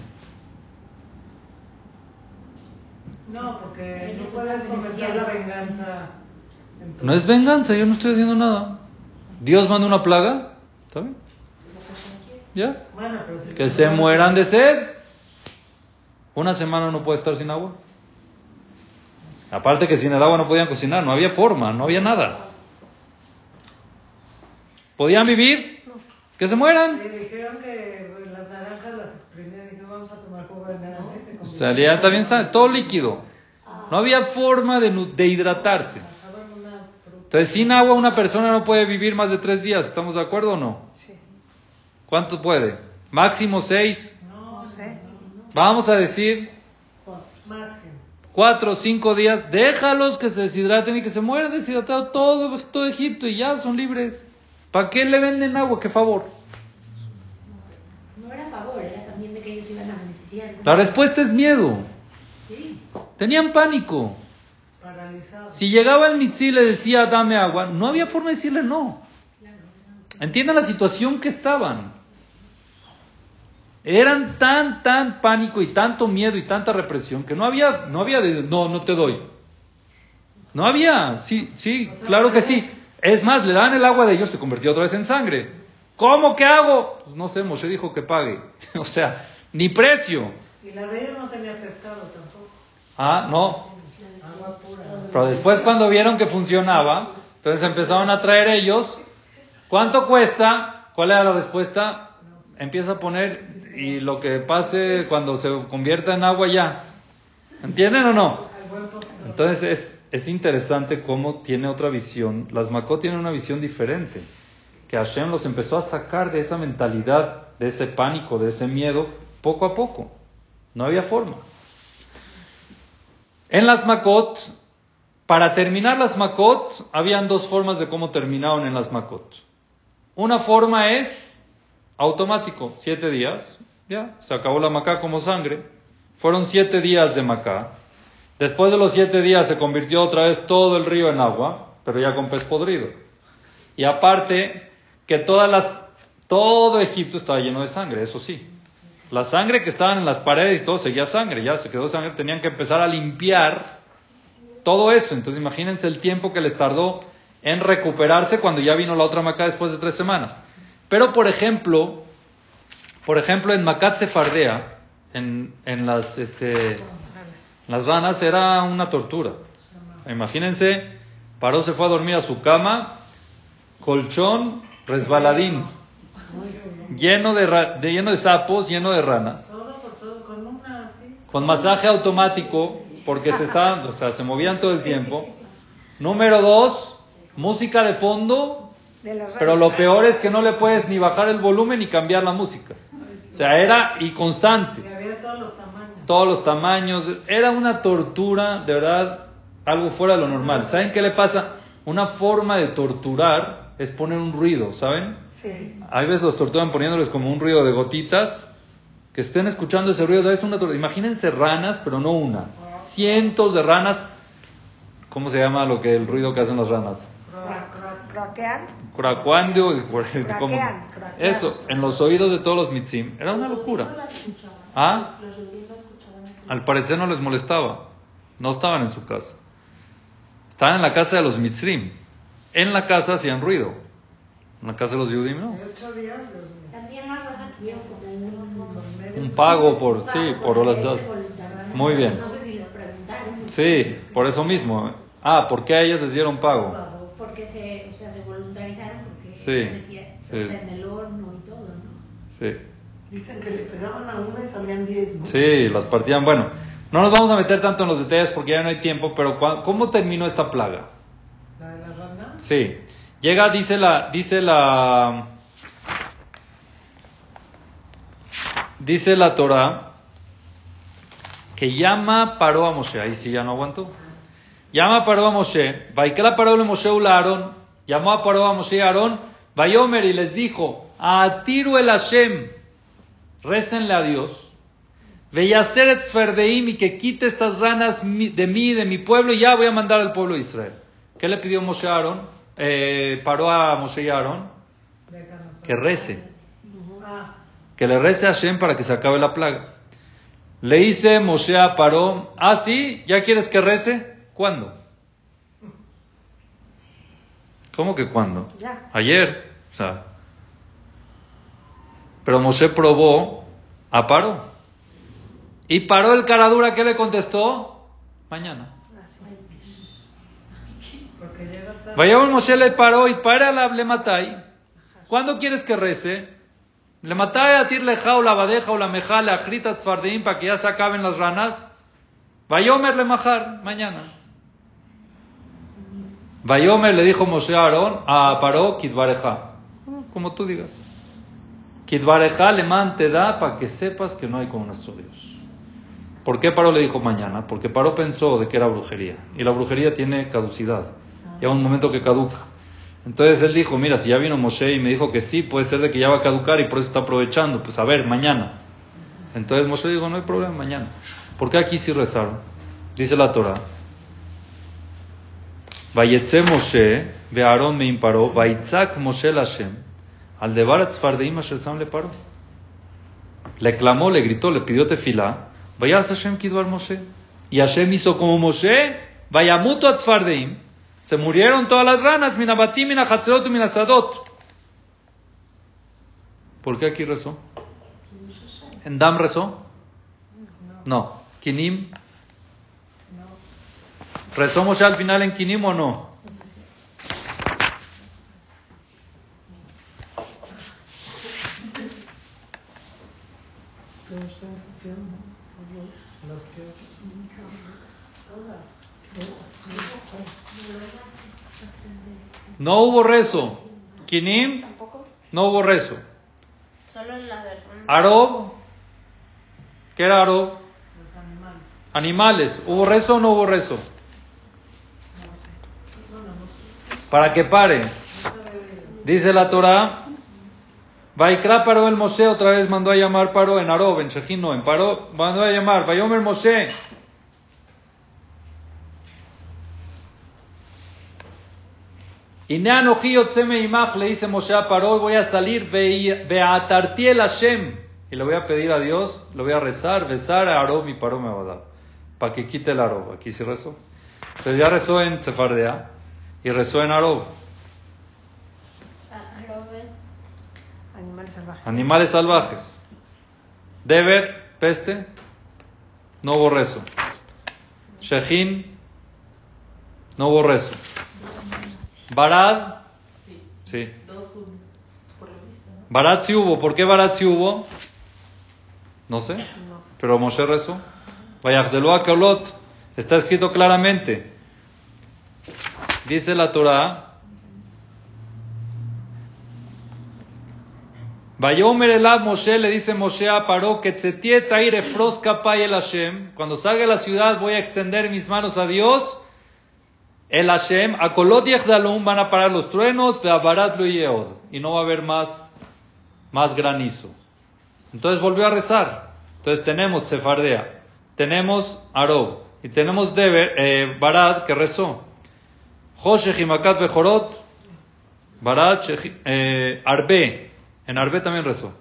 no, porque no puedes comenzar la venganza. en tu- No es venganza, yo no estoy haciendo nada. Dios manda una plaga, ¿está bien? ¿Ya? Bueno, pero si Que se mueran de sed. Una semana no puede estar sin agua. Aparte que sin el agua no podían cocinar, no había forma, no había nada. ¿Podían vivir? Que se mueran. Me dijeron que las naranjas las exprimían y dije, vamos a tomar jugo de naranja. y se convirtió Salía en- también todo líquido. No había forma de, nu- de hidratarse. Bajaban una fruta. Entonces, sin agua una persona no puede vivir más de tres días. ¿Estamos de acuerdo o no? Sí. ¿Cuánto puede? Máximo seis. No, No sé. Vamos a decir máximo. cuatro o cinco días. Déjalos que se deshidraten y que se mueran deshidratados todo, todo Egipto y ya son libres. ¿Para qué le venden agua? ¿Qué favor? No era a favor, era también de que ellos iban a beneficiar. ¿no? La respuesta es miedo. Sí. Tenían pánico. Paralizado. Si llegaba el Mitzí y le decía dame agua, no había forma de decirle no. Entiendan la situación que estaban. Eran tan, tan pánico y tanto miedo y tanta represión que no había, no había de, no, no te doy. No había, sí, sí, claro que sí. Es más, le daban el agua de ellos, se convirtió otra vez en sangre. ¿Cómo que hago? Pues no sé, Moshe dijo que pague. O sea, ni precio. Y la de ellos no tenía pescado tampoco. Ah, no. Agua pura. Pero después cuando vieron que funcionaba, entonces empezaron a traer ellos. ¿Cuánto cuesta? ¿Cuál era la respuesta? Empieza a poner y lo que pase cuando se convierta en agua ya. ¿Entienden o no? Al buen postor. Entonces es, es interesante cómo tiene otra visión. Las Makot tienen una visión diferente. Que Hashem los empezó a sacar de esa mentalidad, de ese pánico, de ese miedo, poco a poco. No había forma. En las Makot, para terminar las Makot, habían dos formas de cómo terminaron en las Makot. Una forma es automático, siete días, ya, se acabó la Macá como sangre. Fueron siete días de Macá. Después de los siete días se convirtió otra vez todo el río en agua, pero ya con pez podrido. Y aparte, que todas las, todo Egipto estaba lleno de sangre, eso sí. La sangre que estaban en las paredes y todo seguía sangre, ya se quedó sangre, tenían que empezar a limpiar todo eso. Entonces imagínense el tiempo que les tardó en recuperarse cuando ya vino la otra Macá después de tres semanas. Pero por ejemplo, por ejemplo en Macat Sefardea, en, en las, este, las ranas era una tortura. Imagínense, Paró se fue a dormir a su cama, colchón, resbaladín, lleno de, ra- de, lleno de sapos, lleno de ranas, Todo por todo, con una así. con masaje automático, porque se estaban, o sea, se movían todo el tiempo. Número dos, música de fondo, De las pero lo peor es que no le puedes ni bajar el volumen ni cambiar la música. O sea, era y constante. Y había todos los tamaños. Todos los tamaños, era una tortura, de verdad, algo fuera de lo normal. ¿Saben qué le pasa? Una forma de torturar es poner un ruido, ¿saben? Sí. Hay veces los torturan poniéndoles como un ruido de gotitas, que estén escuchando ese ruido, es una tortura. Imagínense ranas, pero no una, cientos de ranas. ¿Cómo se llama lo que el ruido que hacen las ranas? Craquean. Curacuando, ¿cómo? Craquean, craquean. Eso, en los oídos de todos los mitzim, era una locura. ¿Ah? Al parecer no les molestaba, no estaban en su casa, estaban en la casa de los mitzrim. En la casa hacían ruido, en la casa de los Yehudim no. De ocho días, Dios mío. También las ranas tuvieron como Un pago por, sí, por horas das. Muy bien. No sé si les preguntaron. Sí, por eso mismo. Ah, ¿por qué a ellas les dieron pago? Porque se, o sea, se voluntarizaron porque Sí, ella metía fruta sí. en el horno y todo, ¿no? Sí. Dicen que le pegaban a una y salían diez, ¿no? Sí, las partían. Bueno, no nos vamos a meter tanto en los detalles porque ya no hay tiempo, pero ¿cu- ¿cómo terminó esta plaga? La de las ranas. Sí. Llega, dice la, dice la, dice la Torah que llama Paró a Moshe. Ahí sí ya no aguanto. Llama Paró a Moshe. Vaikra Paró le Moshe ula Aarón. Llamó a Paró a Moshe y Aarón. Vayomer y les dijo: Atiru el Hashem. Récenle a Dios. Veyaser et Sferdeim, y que quite estas ranas de mí, de mi pueblo, y ya voy a mandar al pueblo de Israel. ¿Qué le pidió Moshe a Aarón? Eh, Paró a Moshe y a Aarón. Déjanos. Que rece. Ah, Que le rece a Hashem para que se acabe la plaga. Le dice Moshe a Paró: ah, sí, ¿ya quieres que rece? ¿Cuándo? ¿Cómo que cuándo? Ya. Ayer. O sea. Pero Moshe probó a Paró. Y Paró el cara dura, ¿qué le contestó? Mañana. porque llega tarde. Vaya Moshe le paró y para la le matai. ¿Cuándo quieres que rece? Le matai a tir leja o la badeja o la meja le ajrita tzfardeim para que ya se acaben las ranas. Vayomer le majar, mañana. Vayomer le dijo Moshe a Aarón, a Paró, Kidvareja. Como tú digas. Kidvareja le man te da para que sepas que no hay como nuestro Dios. ¿Por qué Paró le dijo mañana? Porque Paró pensó de que era brujería. Y la brujería tiene caducidad. Llega un momento que caduca. Entonces él dijo: mira, si ya vino Moshe y me dijo que sí, puede ser de que ya va a caducar y por eso está aprovechando. Pues a ver, mañana. Entonces Moshe dijo: no hay problema, mañana. ¿Por qué aquí sí rezaron? Dice la Torah: Vayetze Moshe, ve Aarón me imparó, Vaitzak Moshe Hashem, al devar tzfardeim asher sam le paró. Le clamó, le gritó, le pidió tefilá. Vayas Hashem kidvar Moshe. Y Hashem hizo como Moshe, vayamuto a tzfardeim. Se murieron todas las ranas, minabatim, minachatzerot y minasadot. ¿Por qué aquí rezó? ¿En Dam rezó? No. ¿Kinim? ¿Rezó Moshe al final en Kinim o no? Qué sensación, ¿no? Los que No hubo rezo. Kinim, no hubo rezo. Solo en la versión. Arob, ¿qué era Arob? los animales. Animales, ¿hubo rezo o no hubo rezo? Para que pare. Dice la Torah: Vaikra Paró el Moshe, otra vez mandó a llamar Paró en Arob, en Shejino, en Paró, mandó a llamar, Vayomer Moshe, Y Neanoji Yotzeme Imach le dice Moshe a Paró, voy a salir, Beatarti el Hashem, y le voy a pedir a Dios, le voy a rezar, besar a Arob y Paró me va a dar, para que quite el Arob. Aquí sí rezó. Entonces ya rezó en Sefardea y rezó en Arob. Arob es Animales salvajes. Animales salvajes. Deber, peste, no hubo rezo. Shechin, no hubo rezo. Barad, Sí. sí. Dos, uno. Por la vista, ¿no? Barad sí hubo. ¿Por qué Barad sí hubo? No sé. No. Pero Moshe rezó. Vayagdelú a Keolot. Está escrito claramente. Dice la Torah. Vayomer Elab Moshe, le dice Moshe a Paró, que tzetiet aire fros kapay el Hashem. Cuando salga de la ciudad voy a extender mis manos a Dios. El Hashem, a Kolot Yechdalum van a parar los truenos, de Abarat lo yeod, y no va a haber más, más granizo. Entonces volvió a rezar. Entonces tenemos Sefardea, tenemos Arob, y tenemos Deber, eh, Barad que rezó. Joshech y Makat Bejorot, Barad, eh, Arbe, en Arbe también rezó.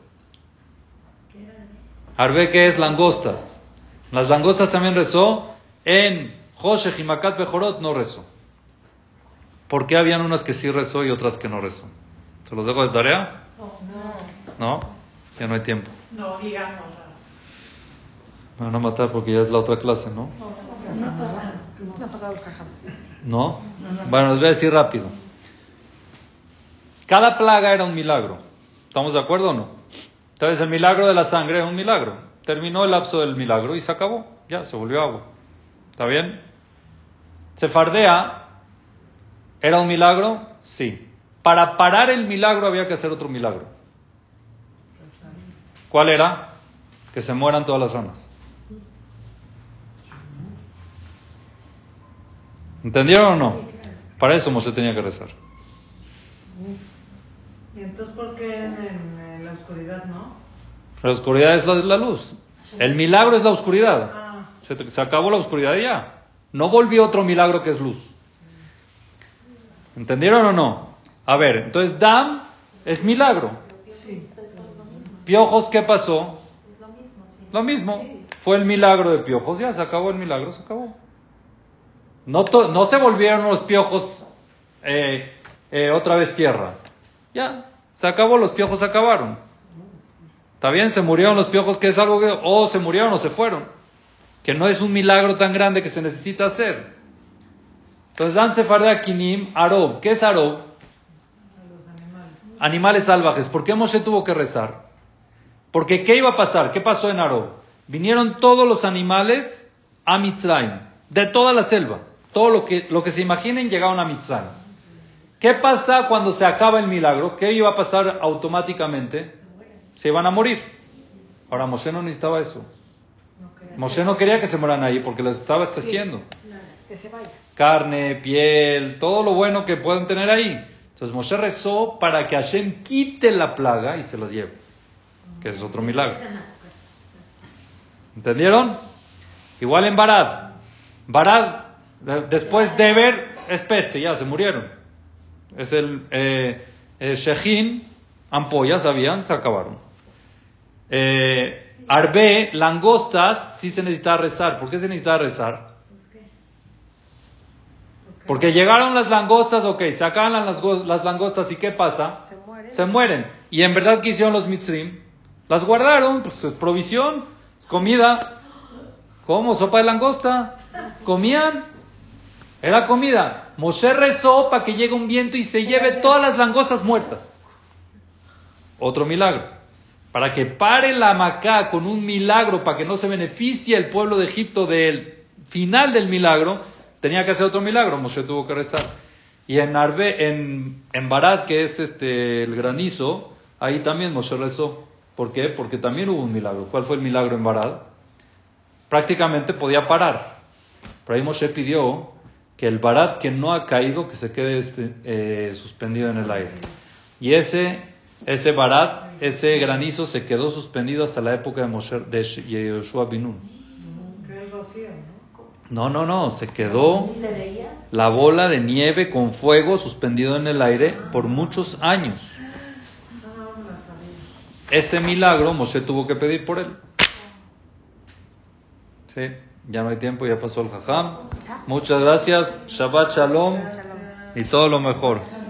Arbe que es langostas. Las langostas también rezó. En Joshech y Makat Bejorot no rezó. ¿Por qué habían unas que sí rezó y otras que no rezó? ¿Se los dejo de tarea? No. ¿No? Es que no hay tiempo. No, sigamos. Me van a matar porque ya es la otra clase, ¿no? No ha pasado. No ha pasado caja. ¿No? Bueno, les voy a decir rápido. Cada plaga era un milagro. ¿Estamos de acuerdo o no? Entonces el milagro de la sangre era un milagro. Terminó el lapso del milagro y se acabó. Ya, se volvió agua. ¿Está bien? Sefardea ¿era un milagro? Sí. Para parar el milagro había que hacer otro milagro. ¿Cuál era? Que se mueran todas las ranas. ¿Entendieron o no? Para eso Moshe tenía que rezar. ¿Y entonces por qué en, en, en la oscuridad no? La oscuridad es la, es la luz. El milagro es la oscuridad. Ah, Se, se acabó la oscuridad y ya. No volvió otro milagro que es luz. ¿Entendieron o no? A ver, entonces Dam es milagro. sí. Piojos, ¿qué pasó? Es lo mismo, sí. Lo mismo. Fue el milagro de piojos. Ya se acabó el milagro, se acabó. No, to, no se volvieron los piojos eh, eh, otra vez tierra. Ya, se acabó, los piojos se acabaron. ¿Está bien? Se murieron los piojos, que es algo que... O se murieron o se fueron. Que no es un milagro tan grande que se necesita hacer. Entonces, Dan Sefardea Kinim, Arob. ¿Qué es Arob? Los animales. Animales salvajes. ¿Por qué Moshe tuvo que rezar? Porque ¿qué iba a pasar? ¿Qué pasó en Arob? Vinieron todos los animales a Mitzrayim, de toda la selva. Todo lo que, lo que se imaginen llegaron a Mitzrayim. ¿Qué pasa cuando se acaba el milagro? ¿Qué iba a pasar automáticamente? Se iban a morir. Ahora Moshe no necesitaba eso. No quería. Moshe no quería que se mueran ahí porque les estaba esteciendo. Que se vaya. Carne, piel, todo lo bueno que pueden tener ahí. Entonces Moshe rezó para que Hashem quite la plaga y se las lleve. Que es otro milagro. ¿Entendieron? Igual en Barad. Barad, de, después de ver, es peste, ya se murieron. Es el eh, eh, Shechin, ampollas, sabían, se acabaron. Eh, Arbe, langostas, sí se necesitaba rezar. ¿Por qué se necesitaba rezar? Porque llegaron las langostas, ok, se acaban las, las langostas y ¿qué pasa? Se muere. Se mueren. Y en verdad, ¿qué hicieron los mitzrim? Las guardaron, pues es provisión, es comida. ¿Cómo? ¿Sopa de langosta? ¿Comían? Era comida. Moshe rezó para que llegue un viento y se lleve todas las langostas muertas. Otro milagro. Para que pare la Macá con un milagro, para que no se beneficie el pueblo de Egipto del final del milagro, tenía que hacer otro milagro. Moshe tuvo que rezar. Y en Arbe, en, en Barad, que es este el granizo, ahí también Moshe rezó. ¿Por qué? Porque también hubo un milagro. ¿Cuál fue el milagro en Barad? Prácticamente podía parar. Pero ahí Moshe pidió que el Barad que no ha caído, que se quede este, eh, suspendido en el aire. Y ese, ese Barad, ese granizo se quedó suspendido hasta la época de, Moshe, de Yehoshua bin Nun. Que el rocío, ¿no? No, no, no, se quedó... ¿Y se veía? la bola de nieve con fuego suspendido en el aire por muchos años. Ese milagro Moshe tuvo que pedir por él. Sí, ya no hay tiempo, ya pasó el jajam. Muchas gracias, Shabbat Shalom y todo lo mejor.